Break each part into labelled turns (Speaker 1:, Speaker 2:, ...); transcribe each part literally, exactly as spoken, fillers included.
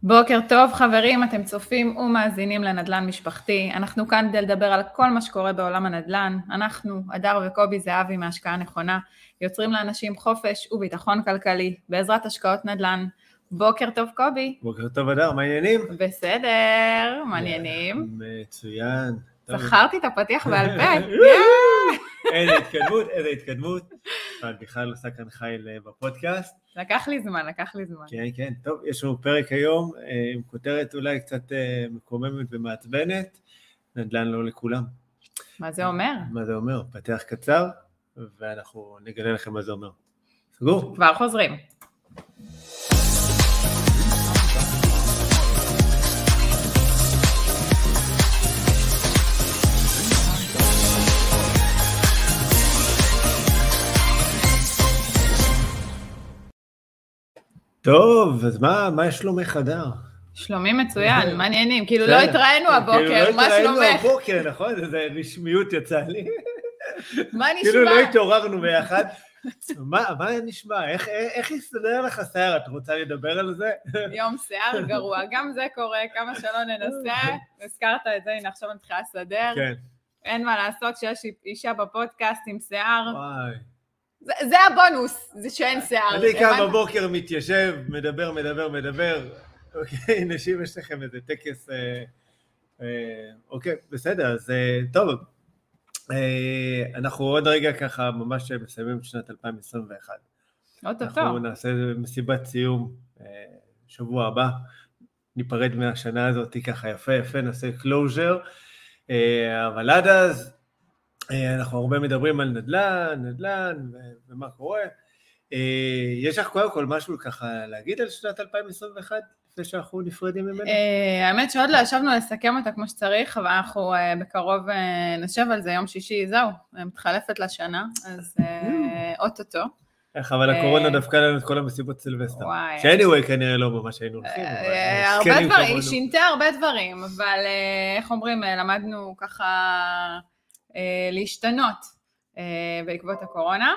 Speaker 1: בוקר טוב חברים, אתם צופים ומאזינים לנדל"ן משפחתי. אנחנו כאן כדי לדבר על כל מה שקורה בעולם הנדל"ן. אנחנו, אדר וקובי זהבי מהשקעה נכונה, יוצרים לאנשים חופש וביטחון כלכלי בעזרת השקעות נדל"ן. בוקר טוב קובי.
Speaker 2: בוקר טוב אדר, מה העניינים?
Speaker 1: בסדר, מעניינים.
Speaker 2: מצוין.
Speaker 1: זכרתי את הפתיח בעל פה.
Speaker 2: איזה התקדמות, איזה התקדמות. בכלל עושה כאן חייל בפודקאסט.
Speaker 1: לקח לי זמן, לקח לי זמן.
Speaker 2: כן, כן, טוב, יש לנו פרק היום עם כותרת אולי קצת מקוממת ומעצבנת, נדל"ן לא לכולם.
Speaker 1: מה זה אומר?
Speaker 2: מה זה אומר? פתח קצר, ואנחנו נגלה לכם מה זה אומר. סגור?
Speaker 1: כבר חוזרים.
Speaker 2: טוב, אז מה, מה יש שלומך אדר?
Speaker 1: שלומי מצוין, מעניינים, כאילו לא התראינו הבוקר, מה שלומך?
Speaker 2: כאילו לא התראינו הבוקר, נכון? איזו רשמיות יצא לי.
Speaker 1: מה נשמע?
Speaker 2: כאילו לא התעוררנו ביחד. מה נשמע? איך יסתדר לך שיער? את רוצה לדבר על זה?
Speaker 1: יום שיער גרוע, גם זה קורה, כמה שלא ננסה, הזכרת את זה, הנה עכשיו אני צריכה לסדר.
Speaker 2: כן.
Speaker 1: אין מה לעשות שיש אישה בפודקאסט עם שיער.
Speaker 2: וואי.
Speaker 1: זה הבונוס, זה שאין שיער.
Speaker 2: אני קם בבוקר מתיישב, מדבר, מדבר, מדבר. אוקיי, נשים, יש לכם איזה טקס. אוקיי, בסדר, אז טוב. אנחנו עוד רגע ככה ממש מסיימים את שנת אלפיים עשרים ואחת.
Speaker 1: עוד טוב.
Speaker 2: אנחנו נעשה מסיבת סיום שבוע הבא. ניפרד מהשנה הזאת ככה יפה יפה, נעשה קלוז'ר. אבל עד אז, אנחנו הרבה מדברים על נדל"ן, נדל"ן ומה קורה. יש לך קודם כל משהו ככה להגיד על שנת אלפיים עשרים ואחת? לפני שאנחנו נפרדים ממנו?
Speaker 1: האמת שעוד לא ישבנו לסכם אותה כמו שצריך, אבל אנחנו בקרוב נשב על זה יום שישי, זהו, מתחלפת לשנה, אז אוטוטו.
Speaker 2: איך, אבל הקורונה דווקא לנו את כל המסיבות סילבסטר. ש-anyway כנראה לא ממש היינו הולכים.
Speaker 1: הרבה דברים, היא שינתה הרבה דברים, אבל איך אומרים, למדנו ככה להשתנות בעקבות הקורונה.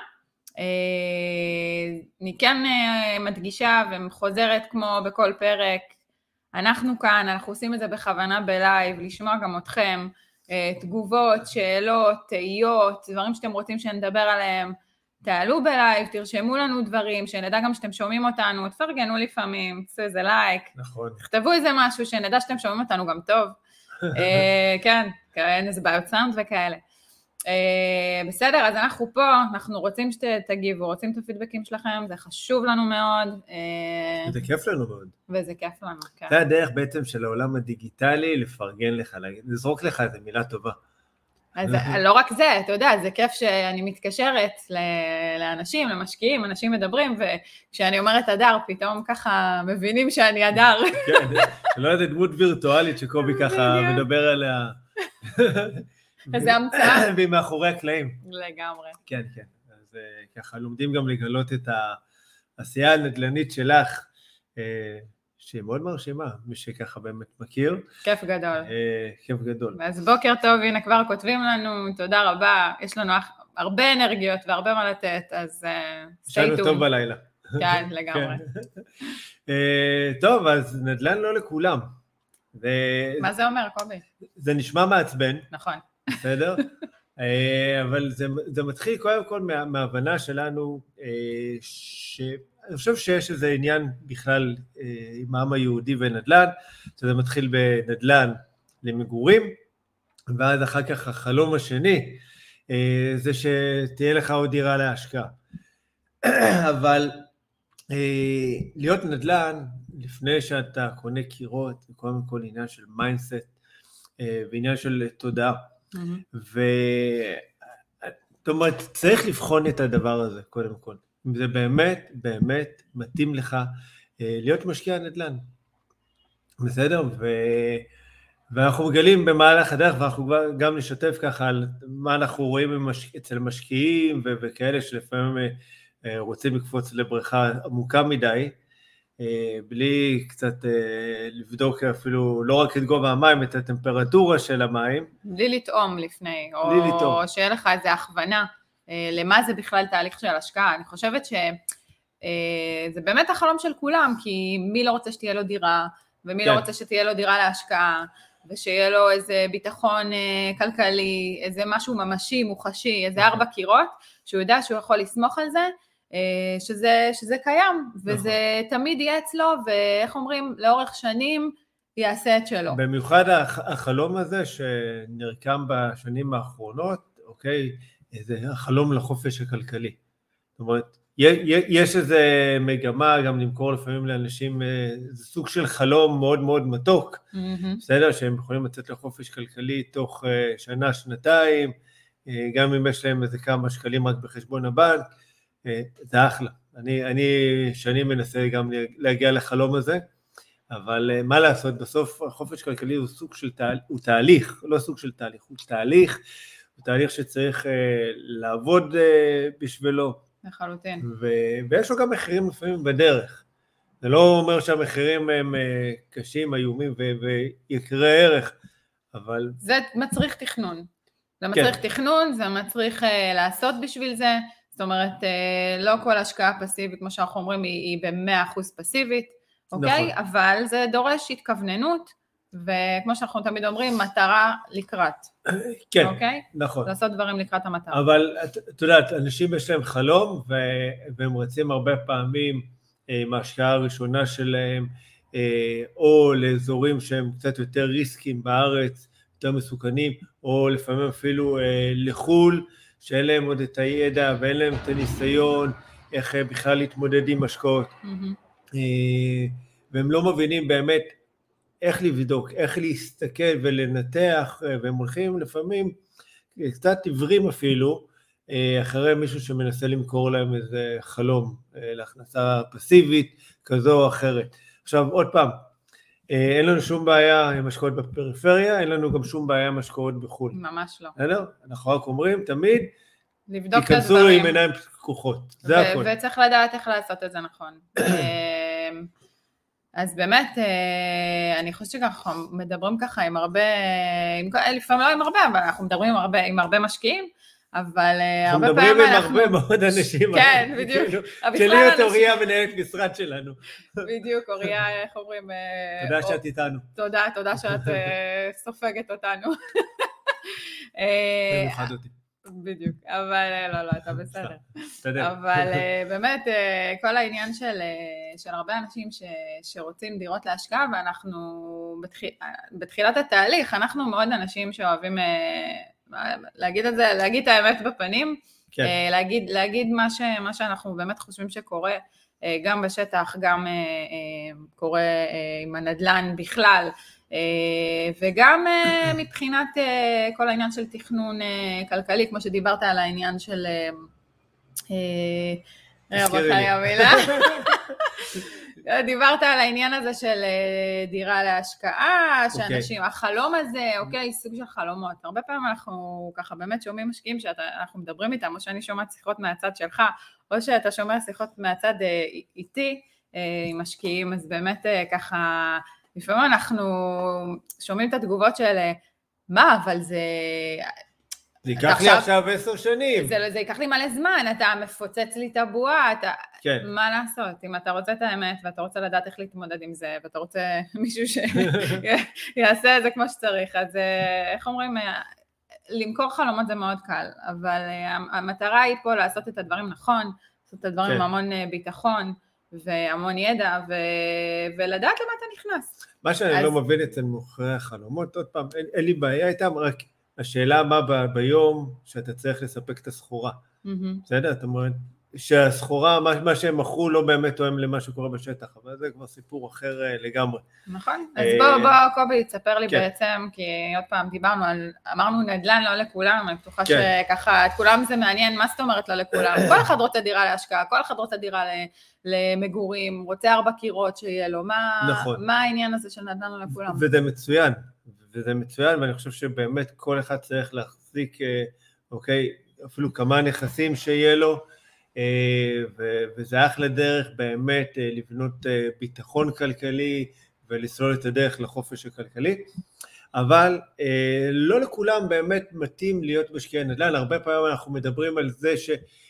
Speaker 1: אני כן מדגישה וחוזרת כמו בכל פרק, אנחנו כאן, אנחנו עושים את זה בכוונה בלייב, לשמוע גם אתכם, תגובות, שאלות, תהיות, דברים שאתם רוצים שנדבר עליהם, תעלו בלייב, תרשמו לנו דברים, שנדע גם שאתם שומעים אותנו, תפרגנו לפעמים, תעשו איזה לייק,
Speaker 2: נכון.
Speaker 1: תכתבו איזה משהו, שנדע שאתם שומעים אותנו גם טוב, כן, אין איזה בעיות סאונד וכאלה. בסדר, אז אנחנו פה, אנחנו רוצים שתגיבו, רוצים את הפידבקים שלכם, זה חשוב לנו מאוד.
Speaker 2: וזה כיף לנו מאוד.
Speaker 1: וזה כיף לנו, כן.
Speaker 2: זה הדרך בעצם של העולם הדיגיטלי, לפרגן לך, לזרוק לך איזה מילה טובה.
Speaker 1: אז לא רק זה, אתה יודע, זה כיף שאני מתקשרת לאנשים, למשקיעים, אנשים מדברים, וכשאני אומרת אדר, פתאום ככה מבינים שאני אדר.
Speaker 2: כן, לא איזה דמות וירטואלית שקובי ככה מדבר עליה.
Speaker 1: איזה המצאה.
Speaker 2: והיא מאחורי הקלעים.
Speaker 1: לגמרי.
Speaker 2: כן, כן. אז ככה לומדים גם לגלות את העשייה הנדל"נית שלך, שהיא מאוד מרשימה, מי שככה באמת מכיר.
Speaker 1: כיף גדול.
Speaker 2: כיף גדול.
Speaker 1: אז בוקר טוב, הנה כבר כותבים לנו, תודה רבה, יש לנו הרבה אנרגיות והרבה מה לתת, אז
Speaker 2: שיינו טוב בלילה.
Speaker 1: כן, לגמרי.
Speaker 2: טוב, אז נדל"ן לא לכולם.
Speaker 1: מה זה אומר, קובי?
Speaker 2: זה נשמע מעצבן.
Speaker 1: נכון.
Speaker 2: בסדר? אבל זה, זה מתחיל קודם כל מה, מההבנה שלנו, שאני חושב שיש איזה עניין בכלל עם העם היהודי ונדל"ן, שזה מתחיל בנדל"ן למגורים, ואז אחר כך החלום השני, זה שתהיה לך עוד דירה להשקעה. אבל להיות נדל"ן, לפני שאתה קונה קירות, זה קודם כל עניין של מיינדסט, ועניין של תודעה. ו... זאת אומרת, צריך לבחון את הדבר הזה, קודם כל. אם זה באמת, באמת מתאים לך להיות משקיע נדל"ן. בסדר? ו... ואנחנו מגלים במהלך הדרך, ואנחנו גם נשתף ככה על מה אנחנו רואים במש... אצל משקיעים ו... וכאלה שלפעמים רוצים לקפוץ לבריכה עמוקה מדי, בלי קצת לבדוק אפילו לא רק את גובה המים, את הטמפרטורה של המים.
Speaker 1: בלי לטעום לפני, או
Speaker 2: בלי לטעום.
Speaker 1: שיהיה לך איזו הכוונה למה זה בכלל תהליך של השקעה. אני חושבת שזה באמת החלום של כולם, כי מי לא רוצה שתהיה לו דירה, ומי
Speaker 2: כן.
Speaker 1: לא רוצה שתהיה לו דירה להשקעה, ושיהיה לו איזה ביטחון אה, כלכלי, איזה משהו ממשי, מוחשי, איזה ארבע קירות, שהוא יודע שהוא יכול לסמוך על זה, אה, שזה, שזה קיים, וזה תמיד יהיה אצלו, ואיך אומרים, לאורך שנים יעשה את שלו.
Speaker 2: במיוחד החלום הזה שנרקם בשנים האחרונות, אוקיי, זה החלום לחופש הכלכלי. זאת אומרת, יש איזה מגמה גם למכור לפעמים לאנשים, זה סוג של חלום מאוד מאוד מתוק, בסדר, שהם יכולים לצאת לחופש כלכלי תוך שנה, שנתיים, גם אם יש להם איזה כמה שקלים רק בחשבון הבנק, זה אחלה. אני, אני שנים מנסה גם להגיע לחלום הזה, אבל מה לעשות, בסוף החופש כלכלי הוא סוג של תהליך, הוא תהליך, לא סוג של תהליך, הוא תהליך, הוא תהליך שצריך לעבוד בשבילו,
Speaker 1: לחלוטין.
Speaker 2: ויש לו גם מחירים לפעמים בדרך. זה לא אומר שהמחירים הם קשים, איומים ויקרי ערך, אבל...
Speaker 1: זה מצריך תכנון. זה מצריך כן. תכנון, זה מצריך uh, לעשות בשביל זה. זאת אומרת, uh, לא כל השקעה פסיבית, כמו שאנחנו אומרים, היא, היא ב-מאה אחוז פסיבית, אוקיי? נכון. אבל זה דורש התכווננות, וכמו שאנחנו תמיד אומרים, מטרה לקראת.
Speaker 2: כן,
Speaker 1: אוקיי?
Speaker 2: נכון.
Speaker 1: לעשות דברים לקראת המטרה.
Speaker 2: אבל את יודעת, אנשים יש להם חלום, והם רצים הרבה פעמים מההשקעה הראשונה שלהם, או לאזורים שהם קצת יותר ריסקים בארץ, יותר מסוכנים, או לפעמים אפילו לחול, שאין להם עוד את הידע, ואין להם את הניסיון, איך בכלל להתמודד עם השקעות. Mm-hmm. והם לא מבינים באמת, איך לבדוק, איך להסתכל ולנתח, והם הולכים לפעמים קצת עיוורים אפילו, אחרי מישהו שמנסה למכור להם איזה חלום, להכנסה פסיבית כזו או אחרת. עכשיו עוד פעם, אין לנו שום בעיה עם השקעות בפריפריה, אין לנו גם שום בעיה עם השקעות בחו"ל.
Speaker 1: ממש לא.
Speaker 2: אנחנו רק אומרים תמיד,
Speaker 1: לבדוק את הדברים.
Speaker 2: תיכנסו עם עיניים פקוחות, זה הכל.
Speaker 1: וצריך לדעת איך לעשות את זה נכון. אז באמת, אני חושבת שככה מדברים ככה עם הרבה, לפעמים לא עם הרבה, אבל אנחנו מדברים עם הרבה, עם הרבה משקיעים, אבל הרבה פעמים אנחנו...
Speaker 2: אנחנו מדברים עם הרבה מאוד אנשים.
Speaker 1: כן, בדיוק.
Speaker 2: שלי את אוריה מנהלת משרד שלנו.
Speaker 1: בדיוק, אוריה, איך אומרים...
Speaker 2: תודה שאת איתנו.
Speaker 1: תודה, תודה שאת סופגת אותנו.
Speaker 2: במיוחד אותי.
Speaker 1: בדיוק, אבל לא, לא, אתה בסדר. אבל באמת, כל העניין של, של הרבה אנשים ש, שרוצים דירות להשקעה, ואנחנו בתחיל, בתחילת התהליך, אנחנו מאוד אנשים שאוהבים להגיד את זה, להגיד את האמת בפנים, כן. להגיד, להגיד מה, ש, מה שאנחנו באמת חושבים שקורה, גם בשטח, גם קורה עם הנדל"ן בכלל, וגם מבחינת כל העניין של תכנון כלכלי, כמו שדיברת על העניין של... דיברת על העניין הזה של דירה להשקעה, שאנשים, החלום הזה, אוקיי, סוג של חלומות. הרבה פעמים אנחנו ככה באמת שומעים משקיעים שאנחנו מדברים איתם, או שאני שומעת שיחות מהצד שלך, או שאתה שומע שיחות מהצד איתי עם משקיעים, אז באמת ככה... לפעמים אנחנו שומעים את התגובות של, מה, אבל זה...
Speaker 2: זה ייקח לי עכשיו עשר שנים.
Speaker 1: זה, זה ייקח לי מלא זמן, אתה מפוצץ לי את הבועה, אתה...
Speaker 2: כן.
Speaker 1: מה לעשות? אם אתה רוצה את האמת, ואתה רוצה לדעת איך להתמודד עם זה, ואתה רוצה מישהו שיעשה את זה כמו שצריך, אז איך אומרים, למכור חלומות זה מאוד קל, אבל המטרה היא פה לעשות את הדברים נכון, לעשות את הדברים עם המון ביטחון, והמון ידע, ו... ולדעת למה אתה נכנס.
Speaker 2: מה שאני אז... לא מבין אצל מוכרי החלומות, עוד פעם, אין, אין לי בעיה איתם, רק השאלה מה ב... ביום שאתה צריך לספק את הסחורה. Mm-hmm. בסדר? אתה אומרת, שהסחורה, מה, מה שהם מכרו לא באמת תואם למה שקורה בשטח, אבל זה כבר סיפור אחר לגמרי.
Speaker 1: נכון, אז בוא, בוא, קובי, תספר לי כן. בעצם, כי עוד פעם דיברנו על, אמרנו נדל"ן לא לכולם, אני בטוחה כן. שככה, את כולם זה מעניין, מה זאת אומרת לא לכולם? כל אחד רוצה דירה להשקעה, כל אחד רוצה דירה למגורים, רוצה ארבע קירות שיהיה לו, מה, נכון. מה העניין הזה של נדל"ן לא לכולם?
Speaker 2: וזה מצוין, וזה מצוין, ואני חושב שבאמת כל אחד צריך להחזיק, אוקיי, אפילו כמה נכסים שיהיה לו, וזה אחלה דרך באמת לבנות ביטחון כלכלי ולסלול את הדרך לחופש הכלכלי, אבל לא לכולם באמת מתאים להיות משקיעי נדל"ן. הרבה פעמים אנחנו מדברים על זה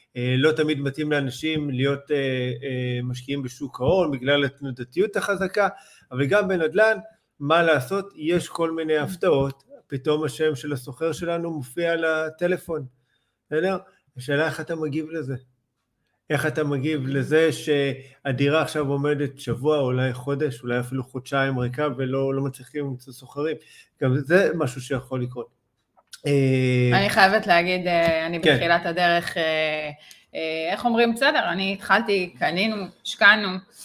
Speaker 2: לא תמיד מתאים לאנשים להיות משקיעים בשוק ההון, בגלל התנודתיות החזקה, אבל גם בנדל"ן, מה לעשות, יש כל מיני הפתעות, פתאום השם של הסוחר שלנו מופיע על הטלפון, בסדר? השאלה איך אתה מגיב לזה? איך אתה מגיב לזה שהדירה עכשיו עומדת שבוע, אולי חודש, אולי אפילו חודשיים ריקה, ולא לא מצליחים למצוא סוחרים. גם זה משהו שיכול לקרות.
Speaker 1: אני חייבת להגיד, אני בתחילת הדרך, איך אומרים, בסדר, אני התחלתי, קנינו, השקענו,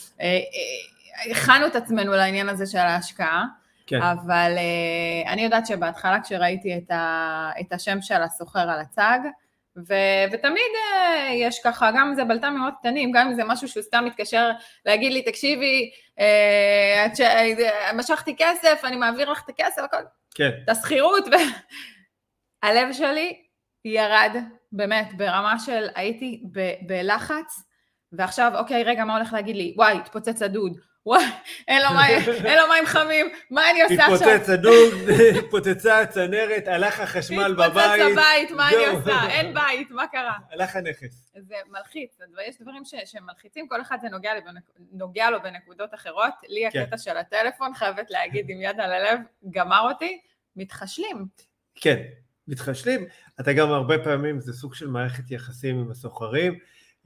Speaker 1: הכנו את עצמנו לעניין הזה של ההשקעה, כן. אבל אני יודעת שבהתחלה כשראיתי את, ה, את השם של הסוחר על הצג, ו- ותמיד uh, יש ככה, גם אם זה בלטם מאוד קטנים, גם אם זה משהו שהוא סתם מתקשר להגיד לי, תקשיבי, uh, ש- uh, משכתי כסף, אני מעביר לך את הכסף, הכל,
Speaker 2: כן.
Speaker 1: את הסחירות, והלב שלי ירד, באמת, ברמה של הייתי ב- בלחץ, ועכשיו, אוקיי, רגע, מה הולך להגיד לי? וואי, התפוצץ הדוד, וואי, אין לו מים, אין לו מים חמים, מה אני עושה עכשיו?
Speaker 2: התפוצץ הדוד, התפוצצה הצנרת, הלך החשמל בבית.
Speaker 1: התפוצץ הבית, מה אני עושה? אין בית, מה קרה?
Speaker 2: הלך הנכס.
Speaker 1: זה מלחיץ, יש דברים שמלחיצים, כל אחד זה נוגע לו בנקודות אחרות, לי הקטע של הטלפון, חייבת להגיד עם יד על הלב, גמר אותי, מתחשלים.
Speaker 2: כן, מתחשלים, אתה גם הרבה פעמים, זה סוג של מערכת יחסים עם הסוחרים,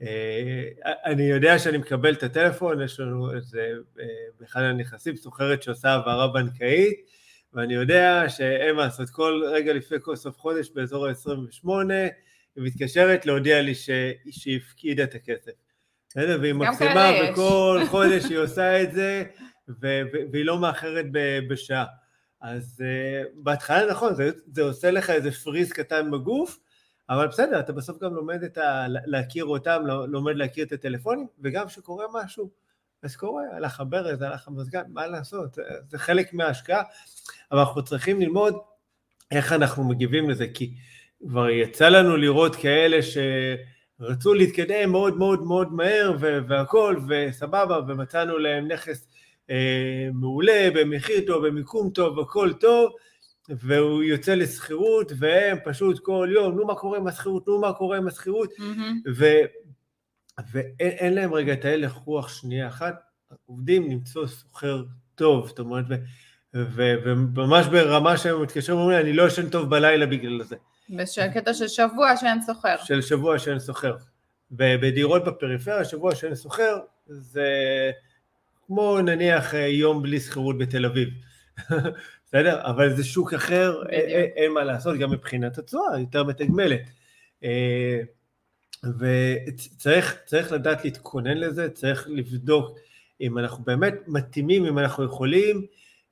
Speaker 2: אני יודע שאני מקבל את הטלפון, יש לנו איזה, באחד הנכסים, סוחרת שעושה העברה בנקאית, ואני יודע שאין מה לעשות, כל רגע לפני כל סוף חודש, באזור ה-עשרים ושמונה, היא מתקשרת להודיע לי שהיא הפקידה את הכסף. והיא מקסימה, וכל חודש היא עושה את זה, והיא לא מאחרת בשעה. אז בהתחלה נכון, זה עושה לך איזה פריז קטן בגוף, אבל בסדר, אתה בסוף גם לומד את ה... להכיר אותם, לומד להכיר את הטלפונים, וגם שקורה משהו, אז קורה, הלך הברז, הלך המזגן, מה לעשות? זה חלק מההשקעה, אבל אנחנו צריכים ללמוד איך אנחנו מגיבים לזה, כי כבר יצא לנו לראות כאלה שרצו להתקדם מאוד מאוד מאוד מהר, והכל, וסבבה, ומצאנו להם נכס אה, מעולה, במחיר טוב, במיקום טוב, הכל טוב, והוא יוצא לסחירות, והם פשוט כל יום, נו מה קורה עם הסחירות, נו מה קורה עם הסחירות, mm-hmm. ו, ואין להם רגע את ההלך רוח שנייה אחת, עובדים למצוא סוחר טוב, זאת אומרת, ו, ו, וממש ברמה שהם מתקשרים, אומרים, אני לא ישן טוב בלילה בגלל זה.
Speaker 1: בשקטה של שבוע שאין סוחר.
Speaker 2: של שבוע שאין סוחר. ובדירות בפריפריה, שבוע שאין סוחר, זה כמו נניח יום בלי סחירות בתל אביב. בסדר? אבל זה שוק אחר, אין מה לעשות, גם מבחינת התשואה, יותר מתגמלת. וצריך צריך לדעת להתכונן לזה, צריך לבדוק אם אנחנו באמת מתאימים, אם אנחנו יכולים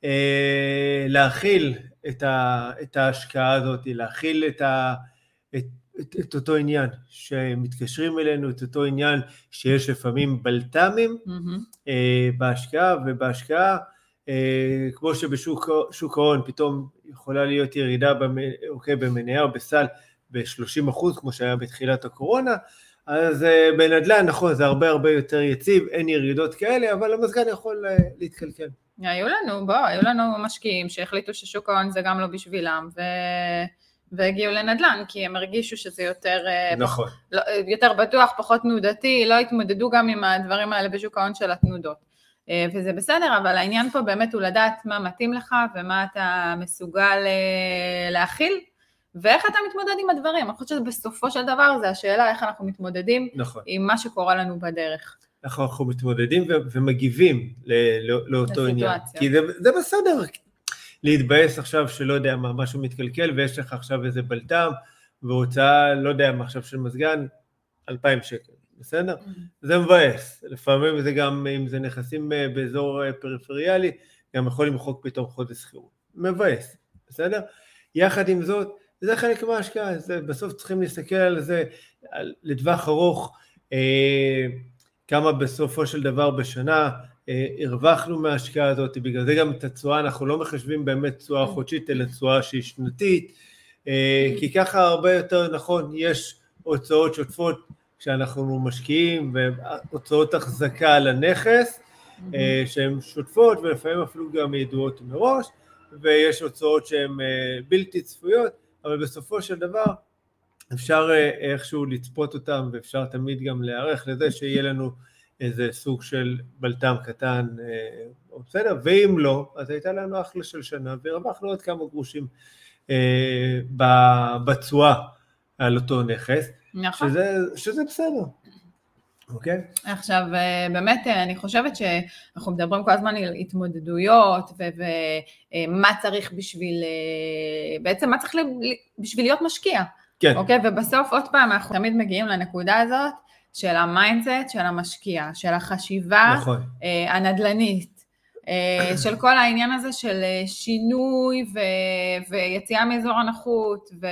Speaker 2: להכיל את, ה, את ההשקעה הזאת, להכיל את, ה, את, את, את אותו עניין, שמתקשרים אלינו, את אותו עניין שיש לפעמים בלת"מים mm-hmm. בהשקעה, ובהשקעה, כמו שבשוק ההון פתאום יכולה להיות ירידה אוקיי, במניה או בסל ב-שלושים אחוז, כמו שהיה בתחילת הקורונה, אז בנדל"ן, נכון, זה הרבה הרבה יותר יציב, אין ירידות כאלה, אבל המזגן יכול להתקלקל.
Speaker 1: היו לנו, בוא, היו לנו משקיעים שהחליטו ששוק ההון זה גם לא בשבילם, ו... והגיעו לנדל"ן, כי הם הרגישו שזה יותר,
Speaker 2: נכון.
Speaker 1: פח... לא, יותר בטוח, פחות תנודתי, לא התמודדו גם עם הדברים האלה בשוק ההון של התנודות. וזה בסדר, אבל העניין פה באמת הוא לדעת מה מתאים לך, ומה אתה מסוגל להכיל, ואיך אתה מתמודד עם הדברים. אני חושבת שבסופו של דבר זה השאלה איך אנחנו מתמודדים נכון. עם מה שקורה לנו בדרך.
Speaker 2: איך אנחנו מתמודדים ו- ומגיבים ל- לא- לאותו עניין. כי זה, זה בסדר להתבאס עכשיו שלא יודע מה, משהו מתקלקל, ויש לך עכשיו איזה בלטם, והוצאה, לא יודע מה עכשיו של מזגן, אלפיים שקל. בסדר? Mm-hmm. זה מבאס. לפעמים זה גם, אם זה נכסים באזור פריפריאלי, גם יכול למחוק פתאום חודש שכירות. מבאס. בסדר? יחד עם זאת, זה חלק מההשקעה, זה, בסוף צריכים להסתכל על זה, על, לטווח ארוך, אה, כמה בסופו של דבר בשנה, אה, הרווחנו מההשקעה הזאת, בגלל זה גם את התשואה, אנחנו לא מחשבים באמת תשואה חודשית, אלא תשואה שהיא שנתית, אה, כי ככה הרבה יותר נכון, יש הוצאות שוטפות שאנחנו משקיעים, והוצאות החזקה על הנכס, אה, שהן שוטפות, ולפעמים אפילו גם ידועות מראש, ויש הוצאות שהן אה, בלתי צפויות, אבל בסופו של דבר, אפשר איכשהו לצפות אותם, ואפשר תמיד גם להיערך לזה שיהיה לנו איזה סוג של בלטם קטן, בסדר, ואם לא, אז הייתה לנו אחלה של שנה, והרווחנו עוד כמה גרושים בצועה על אותו נכס,
Speaker 1: נכון.
Speaker 2: שזה, שזה בסדר. אוקיי?
Speaker 1: עכשיו, באמת, אני חושבת שאנחנו מדברים כל הזמן על התמודדויות, ומה צריך בשביל, בעצם מה צריך בשביל להיות משקיע.
Speaker 2: כן.
Speaker 1: אוקיי? ובסוף, עוד פעם, אנחנו תמיד מגיעים לנקודה הזאת, של המיינדסט, של המשקיע, של החשיבה
Speaker 2: נכון.
Speaker 1: הנדלנית, של כל העניין הזה של שינוי ויציאה מאזור הנוחות, ו...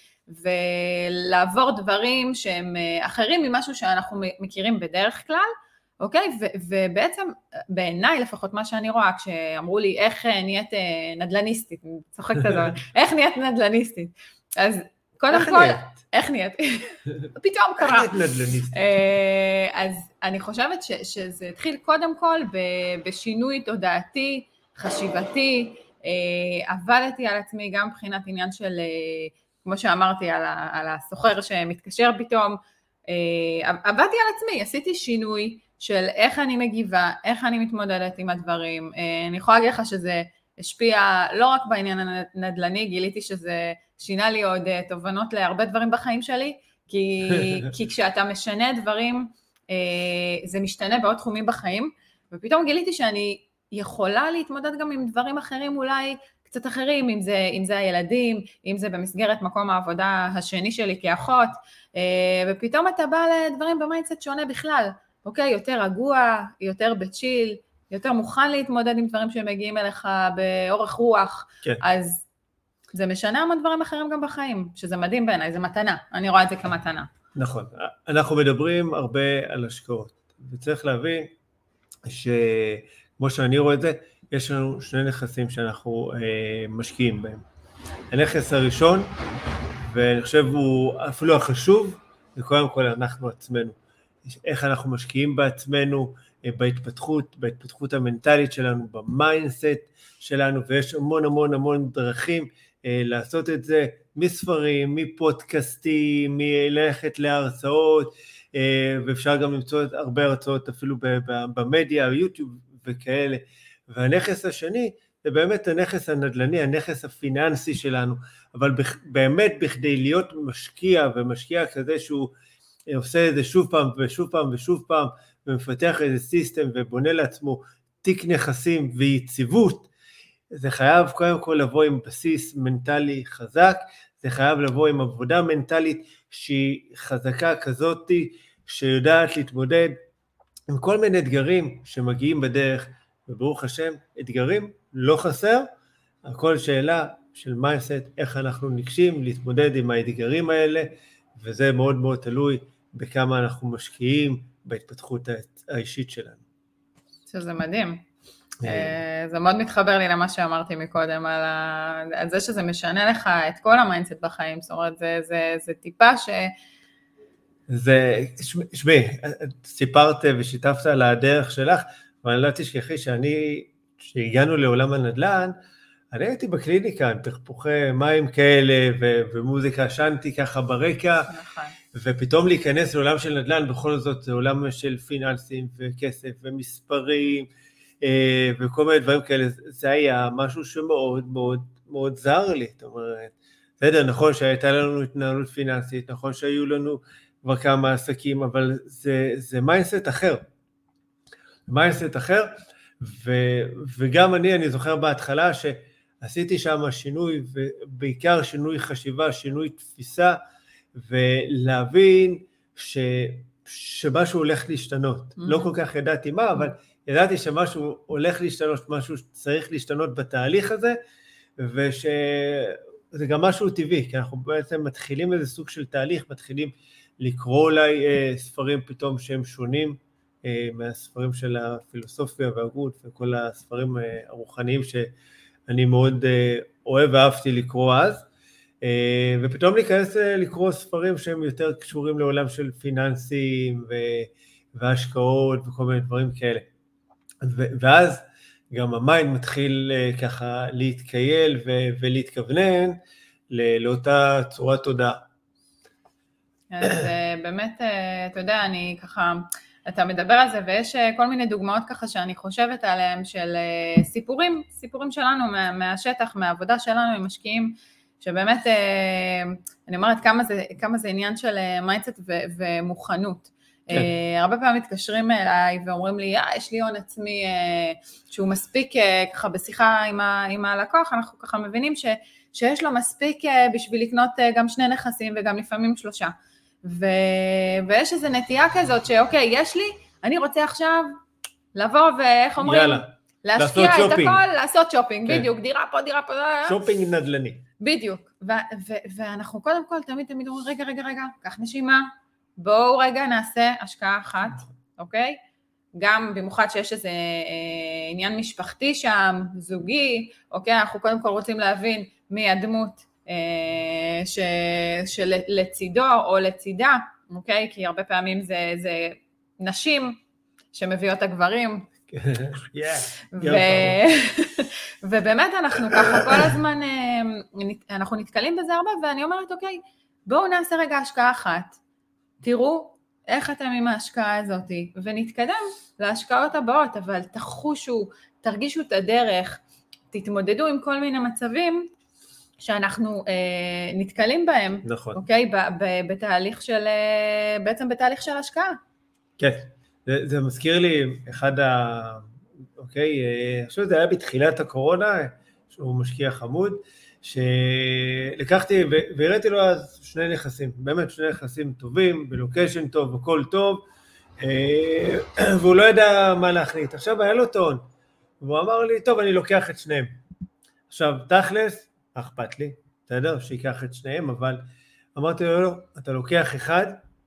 Speaker 1: ולעבור דברים שהם אחרים ממשהו שאנחנו מכירים בדרך כלל, אוקיי? ו- ובעצם בעיניי לפחות מה שאני רואה, כשאמרו לי איך נהיית נדלניסטית, אני צוחקת על זה, איך נהיית נדלניסטית? אז קודם
Speaker 2: איך
Speaker 1: כל,
Speaker 2: נהיית?
Speaker 1: איך נהיית? פתאום קרה.
Speaker 2: איך נהיית נדלניסטית?
Speaker 1: אז אני חושבת ש- שזה התחיל קודם כל ב- בשינוי תודעתי, חשיבתי, עבדתי על עצמי גם מבחינת עניין של... כמו שאמרתי, על, ה, על הסוחר שמתקשר פתאום, עבדתי על עצמי, עשיתי שינוי של איך אני מגיבה, איך אני מתמודדת עם הדברים, אני יכולה להגיד לך שזה השפיע לא רק בעניין הנדל"ני, גיליתי שזה שינה לי עוד תובנות להרבה דברים בחיים שלי, כי, כי כשאתה משנה דברים, זה משתנה בעוד תחומים בחיים, ופתאום גיליתי שאני יכולה להתמודד גם עם דברים אחרים אולי, קצת אחרים, אם זה, אם זה הילדים, אם זה במסגרת מקום העבודה השני שלי כאחות, ופתאום אתה בא לדברים במיינדסט שונה בכלל, אוקיי? יותר רגוע, יותר בצ'יל, יותר מוכן להתמודד עם דברים שמגיעים אליך באורך רוח,
Speaker 2: כן.
Speaker 1: אז זה משנה המון דברים אחרים גם בחיים, שזה מדהים בעיניי, זה מתנה, אני רואה את זה כמתנה.
Speaker 2: נכון, אנחנו מדברים הרבה על השקעות, וצריך להבין שכמו שאני רואה את זה, יש לנו שני נכסים שאנחנו אה, משקיעים בהם. הנכס הראשון, ואני חושב הוא אפילו החשוב, זה קודם כל אנחנו עצמנו. איך אנחנו משקיעים בעצמנו, אה, בהתפתחות, בהתפתחות המנטלית שלנו, במיינדסט שלנו, ויש המון המון המון דרכים אה, לעשות את זה, מספרים, מפודקאסטים, מלכת להרצאות, אה, ואפשר גם למצוא הרבה הרצאות אפילו במדיה, ביוטיוב וכאלה. והנכס השני זה באמת הנכס הנדל"ני, הנכס הפיננסי שלנו, אבל באמת בכדי להיות משקיע ומשקיע כזה שהוא עושה את זה שוב פעם ושוב פעם ושוב פעם, ומפתח איזה סיסטם ובונה לעצמו תיק נכסים ויציבות, זה חייב קודם כל לבוא עם בסיס מנטלי חזק, זה חייב לבוא עם עבודה מנטלית שהיא חזקה כזאת, שיודעת להתמודד עם כל מיני אתגרים שמגיעים בדרך, וברוך השם, אתגרים לא חסר, הכל שאלה של מיינדסט, איך אנחנו ניגשים להתמודד עם האתגרים האלה, וזה מאוד מאוד תלוי בכמה אנחנו משקיעים בהתפתחות האישית שלנו.
Speaker 1: שזה מדהים. זה מאוד מתחבר לי למה שאמרתי מקודם, על זה שזה משנה לך את כל המיינדסט בחיים, זאת אומרת, זה טיפה ש...
Speaker 2: זה, שמי, סיפרת ושיתפת על הדרך שלך, אבל אני לא תשכחי שאני, כשהגענו לעולם הנדל"ן, אני הייתי בקליניקה, עם תחפוכי מים כאלה, ו- ומוזיקה שנתי ככה ברקע,
Speaker 1: נכון.
Speaker 2: ופתאום להיכנס לעולם של נדל"ן, בכל זאת זה עולם של פיננסים וכסף ומספרים, וכל מיני דברים כאלה, זה היה משהו שמאוד מאוד מאוד זר לי, זאת אומרת, בסדר, נכון שהייתה לנו התנהלות פיננסית, נכון שהיו לנו כבר כמה עסקים, אבל זה, זה מיינדסט אחר, מיינדסט אחר, ו, וגם אני, אני זוכר בהתחלה שעשיתי שם שינוי, ובעיקר שינוי חשיבה, שינוי תפיסה, ולהבין ש, שמשהו הולך להשתנות. Mm-hmm. לא כל כך ידעתי מה, אבל ידעתי שמשהו הולך להשתנות, משהו צריך להשתנות בתהליך הזה, ושזה גם משהו טבעי, כי אנחנו בעצם מתחילים איזה סוג של תהליך, מתחילים לקרוא אולי אה, ספרים פתאום שהם שונים, אה, מהספרים של הפילוסופיה והגות, וכל הספרים אה, הרוחניים שאני מאוד אה, אוהב ואהבתי לקרוא אז, אה, ופתאום להיכנס אה, לקרוא ספרים שהם יותר קשורים לעולם של פיננסים ו... והשקעות וכל מיני דברים כאלה. ו- ואז גם המיינד מתחיל uh, ככה להתקייל ו- ולהתכוונן ל- לאותה צורת תודעה.
Speaker 1: אז באמת, אתה יודע, אני ככה, אתה מדבר על זה, ויש כל מיני דוגמאות ככה שאני חושבת עליהם של סיפורים, סיפורים שלנו מה, מהשטח, מהעבודה שלנו עם משקיעים, שבאמת, אני אומרת כמה זה, כמה זה עניין של מיינדסט ומוכנות. כן. הרבה פעמים מתקשרים אליי ואומרים לי, אה, יש לי הון עצמי שהוא מספיק ככה בשיחה עם, ה, עם הלקוח, אנחנו ככה מבינים ש, שיש לו מספיק בשביל לקנות גם שני נכסים וגם לפעמים שלושה. ו... ויש איזו נטייה כזאת שאוקיי, יש לי, אני רוצה עכשיו לבוא ואיך אומרים?
Speaker 2: יאללה,
Speaker 1: להשקיע את שופינג. הכל, לעשות שופינג, כן. בדיוק, דירה פה, דירה פה.
Speaker 2: שופינג נדל"ני.
Speaker 1: בדיוק, ו- ו- ואנחנו קודם כל תמיד תמיד אומרים, רגע, רגע, רגע, קח נשימה, בואו רגע נעשה השקעה אחת, אוקיי? גם במיוחד שיש איזה אה, עניין משפחתי שם, זוגי, אוקיי? אנחנו קודם כל רוצים להבין מי הדמות, ש, שלצידו או לצידה, אוקיי? כי הרבה פעמים זה, זה נשים שמביאות הגברים. ו... ובאמת אנחנו ככה כל הזמן, אנחנו נתקלים בזה הרבה, ואני אומרת, אוקיי, בואו נעשה רגע השקעה אחת, תראו איך אתם עם ההשקעה הזאת, ונתקדם להשקעות הבאות, אבל תחושו, תרגישו את הדרך, תתמודדו עם כל מיני מצבים, שאנחנו אה, נתקלים בהם,
Speaker 2: נכון.
Speaker 1: אוקיי? ב, ב, בתהליך של, אה, בעצם בתהליך של השקעה.
Speaker 2: כן, זה, זה מזכיר לי אחד ה... אוקיי, אה, עכשיו זה היה בתחילת הקורונה, שהוא משקיע חמוד, שלקחתי והראיתי לו אז שני נכסים, באמת שני נכסים טובים, בלוקיישן טוב, הכל טוב, אה, והוא לא ידע מה להחליט. עכשיו היה לו טון, והוא אמר לי, טוב, אני לוקח את שניהם. עכשיו, תכלס, אכפת לי, אתה יודע, שיקח את שניהם, אבל אמרתי לו, לא, אתה לוקח אחד,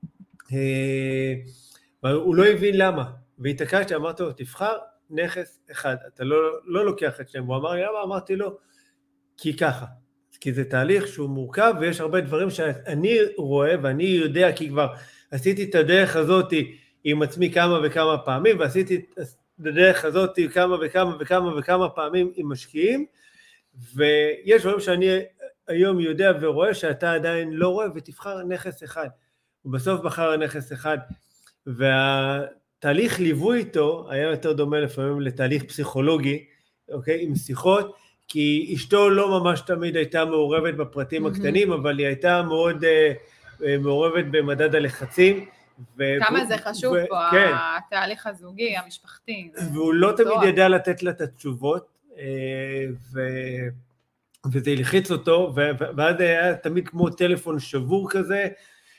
Speaker 2: והוא לא הבין למה, והתעקשתי, אמרתי לו, תבחר נכס אחד, אתה לא, לא לוקח את שניהם, הוא אמר לי, למה? אמרתי לו, כי ככה, כי זה תהליך שהוא מורכב, ויש הרבה דברים שאני רואה, ואני יודע, כי כבר עשיתי את הדרך הזאת עם עצמי כמה וכמה פעמים, ועשיתי את הדרך הזאת כמה וכמה וכמה וכמה פעמים עם משקיעים, ויש דברים שאני היום יודע ורואה שאתה עדיין לא רואה, ותבחר נכס אחד. ובסוף בחר נכס אחד, והתהליך ליווי איתו היה יותר דומה לפעמים לתהליך פסיכולוגי, אוקיי, עם שיחות, כי אשתו לא ממש תמיד הייתה מעורבת בפרטים הקטנים, אבל היא הייתה מאוד uh, מעורבת במדד הלחצים.
Speaker 1: ו- כמה זה חשוב ו- פה, כן. התהליך הזוגי, המשפחתי.
Speaker 2: והוא לא תמיד ידע לתת לה את התשובות, ו... וזה הלחיץ אותו, ואז היה תמיד כמו טלפון שבור כזה,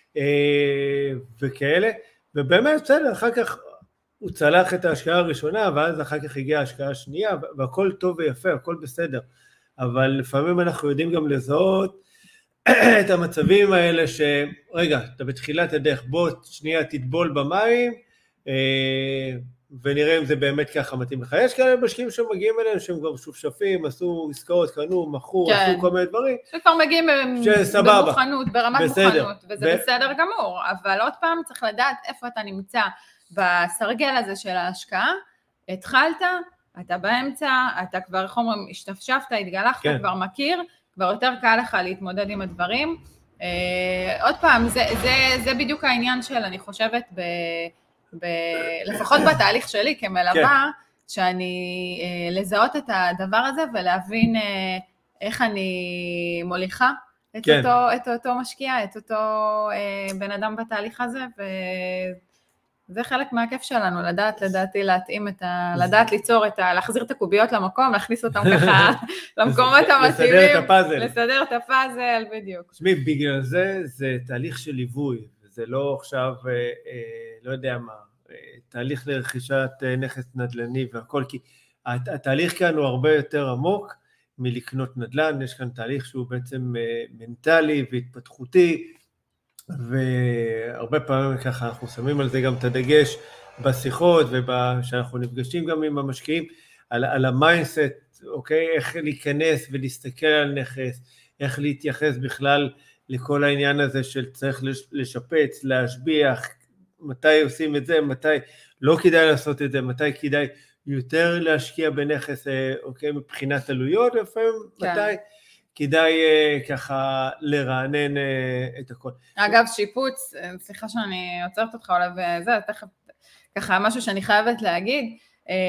Speaker 2: וכאלה, ובאמת בסדר, אחר כך הוא צלח את ההשקעה הראשונה, ואז אחר כך הגיעה ההשקעה השנייה, והכל טוב ויפה, הכל בסדר, אבל לפעמים אנחנו יודעים גם לזהות את המצבים האלה, שרגע, אתה בתחילת הדרך, בוא שנייה תטבול במים, ונראה אם זה באמת ככה מתאים לך. יש כאלה משקיעים שמגיעים אלינו, שהם גם שופשפים, עשו עסקאות, קנו, מכרו, כן. עשו כל מיני דברים.
Speaker 1: שכבר מגיעים במוכנות, ברמת בסדר. מוכנות, וזה ו... בסדר גמור, אבל עוד פעם צריך לדעת איפה אתה נמצא בסרגל הזה של ההשקעה, התחלת, אתה באמצע, אתה כבר, איך אומרים, השתפשפת, התגלחת, כן. כבר מכיר, כבר יותר קל לך להתמודד עם הדברים. אה, עוד פעם, זה, זה, זה בדיוק העניין של, אני חושבת, ב... ב... לפחות בתהליך שלי כמלווה, כן. שאני אה, לזהות את הדבר הזה ולהבין אה, איך אני מוליכה את, כן. אותו, את אותו משקיע, את אותו אה, בן אדם בתהליך הזה, וזה חלק מהכיף שלנו, לדעת, לדעתי, להתאים את ה... לדעת ליצור את ה... להחזיר את הקוביות למקום, להכניס אותם ככה למקומות המתאימים.
Speaker 2: לסדר את הפאזל.
Speaker 1: לסדר את הפאזל, בדיוק.
Speaker 2: שמי, בגלל זה, זה תהליך של ליווי. זה לא עכשיו, אה, אה, לא יודע מה, אה, תהליך לרכישת אה, נכס נדל"ני והכל, כי הת, התהליך כאן הוא הרבה יותר עמוק מלקנות נדל"ן, יש כאן תהליך שהוא בעצם אה, מנטלי והתפתחותי, והרבה פעמים ככה אנחנו שמים על זה גם את הדגש בשיחות, ושאנחנו נפגשים גם עם המשקיעים, על, על המיינדסט, אוקיי, איך להיכנס ולהסתכל על נכס, איך להתייחס בכלל, לכל העניין הזה של צריך לשפץ, להשביח, מתי עושים את זה, מתי לא כדאי לעשות את זה, מתי כדאי יותר להשקיע בנכס, אוקיי, מבחינת עלויות, לפעמים כן. מתי כדאי ככה לרענן את הכל.
Speaker 1: אגב, שיפוץ, סליחה שאני עוצרת אותך עליו וזה, תכף, ככה משהו שאני חייבת להגיד,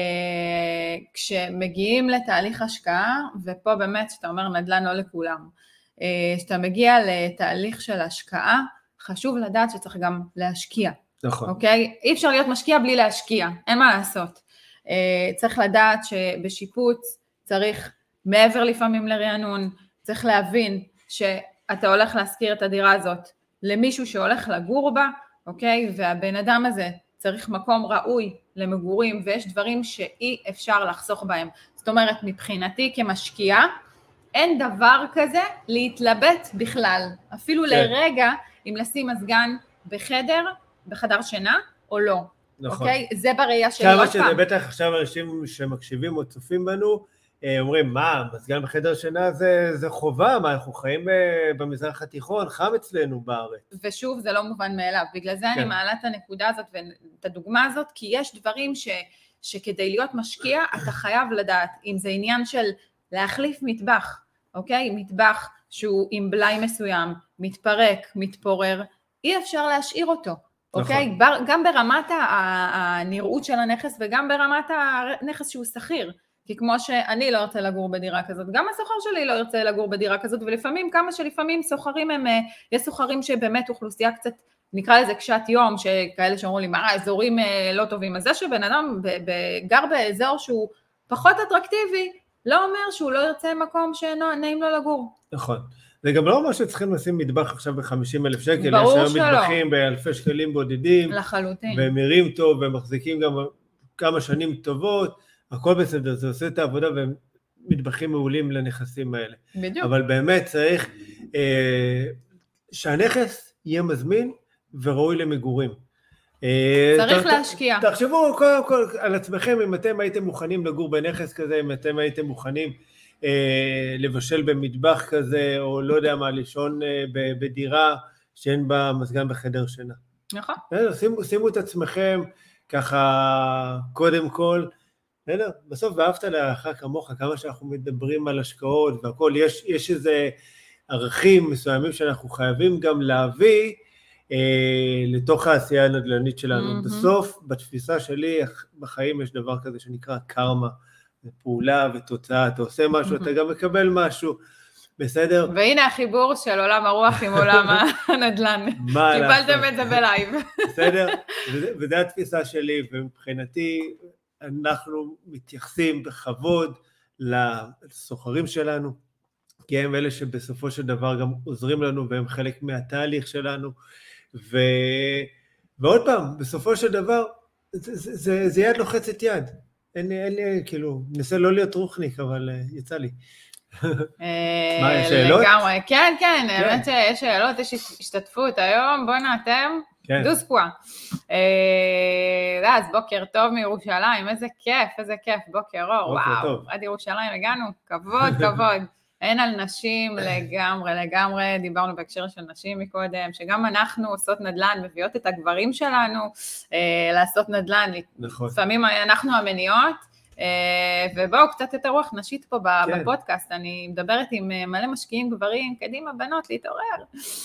Speaker 1: כשמגיעים לתהליך השקעה, ופה באמת שאתה אומר נדל"ן לא לכולם, כשאתה מגיע לתהליך של השקעה, חשוב לדעת שצריך גם להשקיע.
Speaker 2: נכון.
Speaker 1: אוקיי? אי אפשר להיות משקיע בלי להשקיע, אין מה לעשות. צריך לדעת שבשיפוץ צריך מעבר לפעמים לרענון, צריך להבין שאתה הולך להשכיר את הדירה הזאת למישהו שהולך לגור בה, אוקיי? והבן אדם הזה צריך מקום ראוי למגורים, ויש דברים שאי אפשר לחסוך בהם. זאת אומרת, מבחינתי כמשקיעה, אין דבר כזה להתלבט בכלל, אפילו כן. לרגע, אם לשים מזגן בחדר, בחדר שינה, או לא.
Speaker 2: נכון.
Speaker 1: אוקיי? זה בראייה שלי.
Speaker 2: כמה שזה בטח עכשיו אנשים שמקשיבים או צופים בנו, אומרים, מה, מזגן בחדר שינה זה, זה חובה, מה, אנחנו חיים במזרח התיכון, חם אצלנו בארץ.
Speaker 1: ושוב, זה לא מובן מאליו, בגלל זה כן. אני מעלה את הנקודה הזאת ואת הדוגמה הזאת, כי יש דברים ש, שכדי להיות משקיע, אתה חייב לדעת, אם זה עניין של להחליף מטבח, אוקיי? מטבח שהוא עם בלי מסוים, מתפרק, מתפורר, אי אפשר להשאיר אותו. אוקיי? נכון. גם ברמת הנראות של הנכס וגם ברמת הנכס שהוא שכיר. כי כמו שאני לא ארצה לגור בדירה כזאת, גם הסוחר שלי לא ירצה לגור בדירה כזאת, ולפעמים, כמה שלפעמים סוחרים הם, יש סוחרים שבאמת אוכלוסייה קצת, נקרא לזה קשת יום, שכאלה שאומרו לי, מה, אזורים לא טובים, אז זה שבן אדם גר באזור שהוא פחות אטרקטיבי, לא אומר שהוא לא ירצה מקום שנעים לו לגור.
Speaker 2: נכון. זה גם לא אומר שצריכים לשים מטבח עכשיו ב-חמישים אלף שקל,
Speaker 1: ברור
Speaker 2: יש היום מטבחים באלפי שקלים בודדים,
Speaker 1: לחלוטין.
Speaker 2: והם נראים טוב, והם מחזיקים גם כמה שנים טובות, הכל בסדר, זה עושה את העבודה, והם מטבחים מעולים לנכסים האלה.
Speaker 1: בדיוק.
Speaker 2: אבל באמת צריך אה, שהנכס יהיה מזמין וראוי למגורים.
Speaker 1: אה, צריך ת, להשקיע.
Speaker 2: תחשבו קודם כל על עצמכם, אם אתם הייתם מוכנים לגור בנכס כזה, אם אתם הייתם מוכנים אה, לבשל במטבח כזה, או לא יודע מה, לישון אה, בדירה שאין בה מזגן בחדר שינה.
Speaker 1: נכון.
Speaker 2: אה, שימו, שימו את עצמכם ככה קודם כל, בסדר? בסוף ואהבת לאחר כמוך, כמה שאנחנו מדברים על השקעות והכל, יש, יש איזה ערכים מסוימים שאנחנו חייבים גם להביא אה, לתוך העשייה הנדל"נית שלנו. Mm-hmm. בסוף, בתפיסה שלי, בחיים יש דבר כזה שנקרא קרמה, פעולה ותוצאה, אתה עושה משהו, mm-hmm. אתה גם מקבל משהו, בסדר?
Speaker 1: והנה החיבור של עולם הרוח עם עולם הנדל"ן. קיבלתם את זה בלייב.
Speaker 2: בסדר? וזו התפיסה שלי, ומבחינתי, אנחנו מתייחסים בכבוד לסוחרים שלנו, כי הם אלה שבסופו של דבר גם עוזרים לנו, והם חלק מהתהליך שלנו, ו... ועוד פעם, בסופו של דבר, זה, זה, זה יד לוחצת יד, אין לי, אין לי, כאילו, ננסה לא להיות רוחניק, אבל יצא לי. מה, יש שאלות?
Speaker 1: לגמרי, כן, כן, האמת שיש שאלות, יש השתתפות היום, בוא נעתם. דוסקווה. אז בוקר טוב מירושלים, איזה כיף, איזה כיף, בוקר אור, וואו, עד ירושלים הגענו, כבוד, כבוד. אין על נשים לגמרי, לגמרי, דיברנו בהקשר של נשים מקודם, שגם אנחנו עושות נדל"ן, מביאות את הגברים שלנו לעשות נדל"ן, לפעמים אנחנו המניעות, ובואו קצת יותר רוח נשית פה בפודקאסט, אני מדברת עם מלא משקיעים גברים, קדימה בנות להתעורר.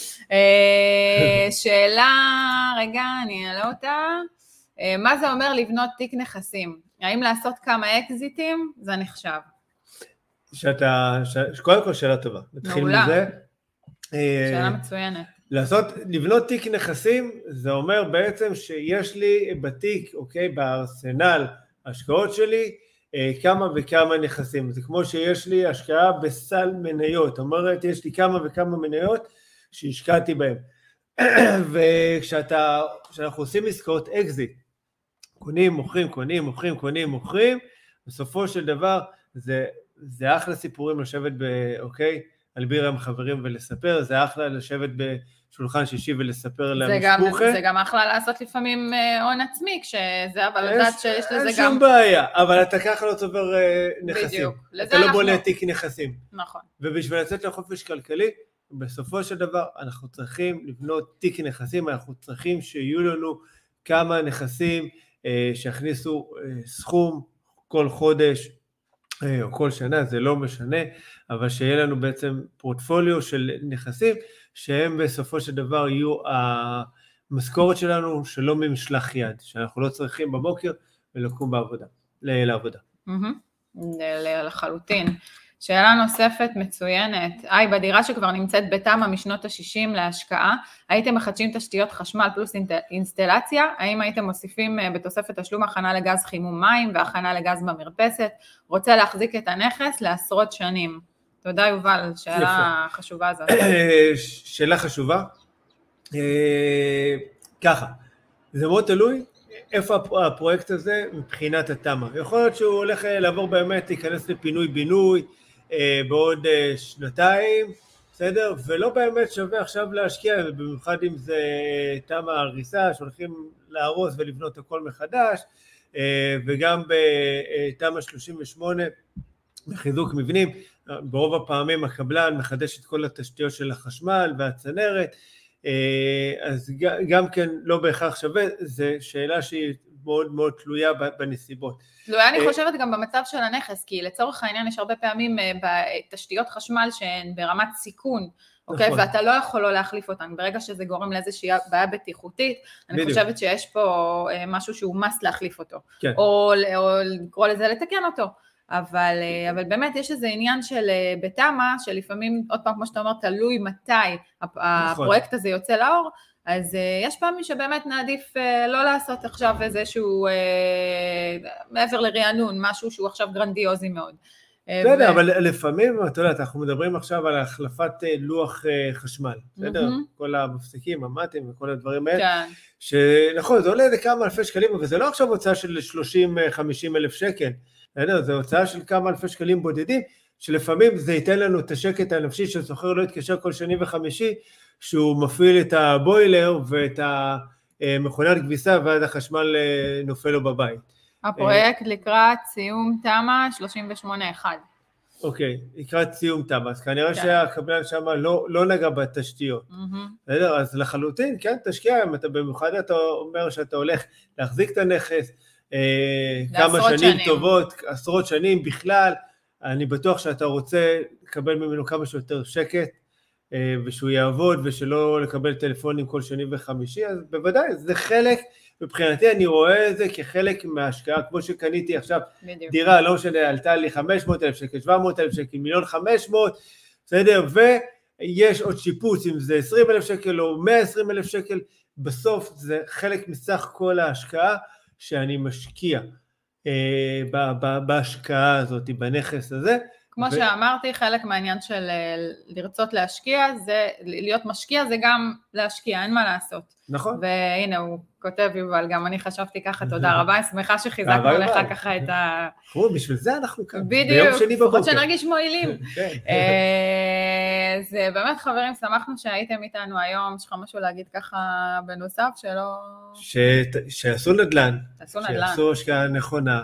Speaker 1: שאלה, רגע, אני אעלה אותה, מה זה אומר לבנות תיק נכסים? האם לעשות כמה אקזיטים? זה נחשב.
Speaker 2: שאתה, קודם כל שאלה טובה, נתחיל מזה.
Speaker 1: שאלה מצוינת.
Speaker 2: לעשות, לבנות תיק נכסים, זה אומר בעצם שיש לי בתיק, אוקיי, בארסנל, ההשקעות שלי, כמה וכמה נכסים. זה כמו שיש לי השקעה בסל מניות. אומרת, יש לי כמה וכמה מניות שהשקעתי בהן. וכשאתה, כשאנחנו עושים עסקאות אקזיט, קונים, מוכרים, קונים, מוכרים, קונים, מוכרים, בסופו של דבר, זה, זה אחלה סיפורים לשבת ב, אוקיי, על בירה עם חברים ולספר, זה אחלה לשבת בשולחן שישי ולספר להם משפוחה.
Speaker 1: זה גם אחלה לעשות לפעמים הון עצמי, כשזה, אבל לדעת שיש לזה גם...
Speaker 2: אין שום בעיה, אבל אתה ככה לא צובר נכסים. בדיוק. אתה לא בונה תיק נכסים.
Speaker 1: נכון.
Speaker 2: ובשביל לצאת לחופש כלכלי, בסופו של דבר אנחנו צריכים לבנות תיק נכסים, אנחנו צריכים שיהיו לנו כמה נכסים שיכניסו סכום כל חודש, או כל שנה, זה לא משנה, אבל שיהיה לנו בעצם פורטפוליו של נכסים, שהם בסופו של דבר יהיו המשכורת שלנו שלא ממשלח יד, שאנחנו לא צריכים בבוקר ולקום בעבודה, לעבודה.
Speaker 1: לחלוטין. שאלה נוספת מצוינת, היי, בדירה שכבר נמצאת בתמה משנות ה-שישים להשקעה, הייתם מחדשים תשתיות חשמל פלוס אינסטלציה, האם הייתם מוסיפים בתוספת תשלום הכנה לגז חימום מים והכנה לגז במרפסת, רוצה להחזיק את הנכס לעשרות שנים? תודה יובל, שאלה חשובה הזאת.
Speaker 2: שאלה חשובה, ככה, זה מאוד תלוי, איפה הפרויקט הזה מבחינת התמה, יכול להיות שהוא הולך לעבור באמת, להיכנס לפינוי בינוי, בעוד שנתיים, בסדר? ולא באמת שווה עכשיו להשקיע, במיוחד אם זה תמה הריסה, שהולכים להרוס ולבנות הכל מחדש, וגם בתמה שלושים ושמונה, בחיזוק מבנים, ברוב הפעמים הקבלן מחדש את כל התשתיות של החשמל והצנרת, אז גם כן לא בהכרח שווה, זו שאלה שהיא מאוד מאוד תלויה בנסיבות.
Speaker 1: תלויה אני חושבת גם במצב של הנכס, כי לצורך העניין יש הרבה פעמים בתשתיות חשמל שהן ברמת סיכון, אוקיי? ואתה לא יכול לא להחליף אותן, ברגע שזה גורם לאיזושהי בעיה בטיחותית, אני חושבת שיש פה משהו שהוא מס להחליף אותו, או לקרוא לזה לתקן אותו. אבל, אבל באמת יש איזה עניין של בתמה, שלפעמים, עוד פעם כמו שאתה אומר, תלוי מתי הפרויקט הזה יוצא לאור, אז יש פעמים שבאמת נעדיף לא לעשות עכשיו איזשהו, מעבר לרענון, משהו שהוא עכשיו גרנדיוזי מאוד.
Speaker 2: בסדר, אבל לפעמים, אתה יודע, אנחנו מדברים עכשיו על החלפת לוח חשמל, בסדר? כל המפסיקים, המטים וכל הדברים האלה, שנכון, זה עולה לכמה אלפי שקלים, אבל זה לא עכשיו הוצאה של שלושים חמישים אלף שקל, זו הוצאה של כמה אלפי שקלים בודדים, שלפעמים זה ייתן לנו את השקט הנפשי, שסוחר לא יתקשר כל שני וחמישי, שהוא מפעיל את הבוילר ואת המכונת כביסה, ועד החשמל נופל לו בבית.
Speaker 1: הפרויקט לקראת סיום תמה שלושים ושמונה אחד.
Speaker 2: אוקיי, לקראת סיום תמה, אז כנראה שהקבלן שם לא נגע בתשתיות. אז לחלוטין, כן, תשקיע, במיוחד אתה אומר שאתה הולך להחזיק את הנכס, כמה שנים טובות, עשרות שנים בכלל, אני בטוח שאתה רוצה לקבל ממנו כמה שיותר שקט, ושהוא יעבוד, ושלא לקבל טלפונים כל שני וחמישי, אז בוודאי, זה חלק, מבחינתי אני רואה את זה כחלק מההשקעה, כמו שקניתי עכשיו, דירה, לא משנה, עלתה לי חמש מאות אלף שקל, שבע מאות אלף שקל, מיליון חמש מאות, בסדר, ויש עוד שיפוץ, אם זה עשרים אלף שקל או מאה ועשרים אלף שקל, בסוף זה חלק מסך כל ההשקעה, שאני משקיע אה, ב- ב- בהשקעה הזאת, בנכס הזה.
Speaker 1: כמו ו... שאמרתי, חלק מהעניין של לרצות להשקיע, זה, להיות משקיע זה גם להשקיע, אין מה לעשות.
Speaker 2: נכון.
Speaker 1: והנה הוא כותב יובל, גם אני חשבתי ככה, תודה רבה, שמחה שחיזקנו לך ככה את ה...
Speaker 2: בשביל זה אנחנו כאן,
Speaker 1: ביום שני בבוקר. לפחות שנרגיש מועילים. זה באמת חברים, שמחנו שהייתם איתנו היום, יש לך משהו להגיד ככה בנוסף, שלא...
Speaker 2: שעשו נדל"ן,
Speaker 1: שעשו
Speaker 2: השקעה נכונה,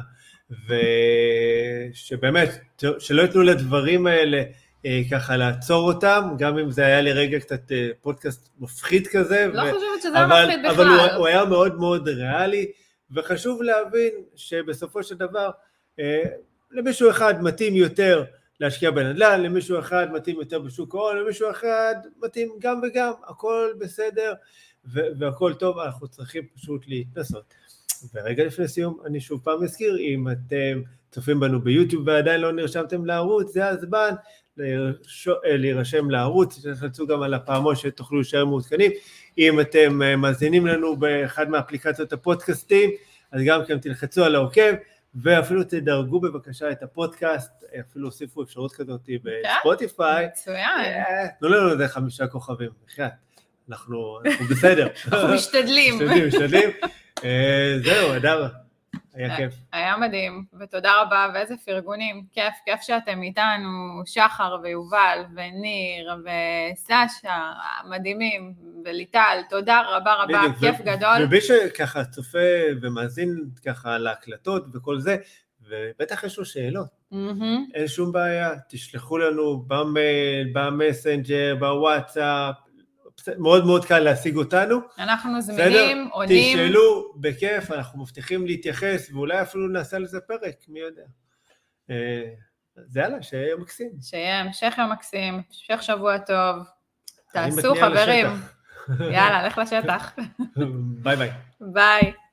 Speaker 2: ושבאמת, שלא יתנו לדברים האלה, ככה לעצור אותם, גם אם זה היה לי רגע קצת פודקאסט מפחיד כזה.
Speaker 1: לא חושבת שזה היה מפחיד בכלל.
Speaker 2: אבל הוא היה מאוד מאוד ריאלי, וחשוב להבין שבסופו של דבר, למישהו אחד מתאים יותר להשקיע בנדל"ן, למישהו אחד מתאים יותר בשוק ההון, למישהו אחד מתאים גם וגם, הכל בסדר, והכל טוב, אנחנו צריכים פשוט להתנסות. ורגע לפני סיום, אני שוב פעם מזכיר, אם אתם צופים בנו ביוטיוב ועדיין לא נרשמתם לערוץ, זה הזמן להירשם לערוץ, תלחצו גם על הפעמון שתוכלו להישאר מעודכנים, אם אתם מאזינים לנו באחד מאפליקציות הפודקאסטים, אז גם כן תלחצו על העוקב, ואפילו תדרגו בבקשה את הפודקאסט, אפילו הוסיפו אפשרות כזאת בספוטיפיי,
Speaker 1: מצוין.
Speaker 2: תנו לנו זה חמישה כוכבים, אנחנו בסדר.
Speaker 1: אנחנו משתדלים.
Speaker 2: משתדלים, משתדלים. זהו, אדר, היה כיף.
Speaker 1: היה מדהים, ותודה רבה, ואיזה פרגונים, כיף, כיף שאתם איתנו, שחר ויובל וניר וסשה, מדהימים, וליטל, תודה רבה רבה, כיף גדול.
Speaker 2: ומי שככה צופה ומאזין ככה להקלטות וכל זה, ובטח יש לו שאלות, אין שום בעיה, תשלחו לנו במייל, במסנג'ר, בוואטסאפ, מאוד מאוד קל להשיג אותנו.
Speaker 1: אנחנו זמינים, עונים.
Speaker 2: תשאלו בכיף, אנחנו מבטיחים להתייחס, ואולי אפילו נעשה לזה פרק, מי יודע. זה יאללה, שיהיה יום מקסים.
Speaker 1: שיהיה המשך יום מקסים, המשך שבוע טוב. תעשו חברים. יאללה, לך לשטח.
Speaker 2: ביי ביי.
Speaker 1: ביי.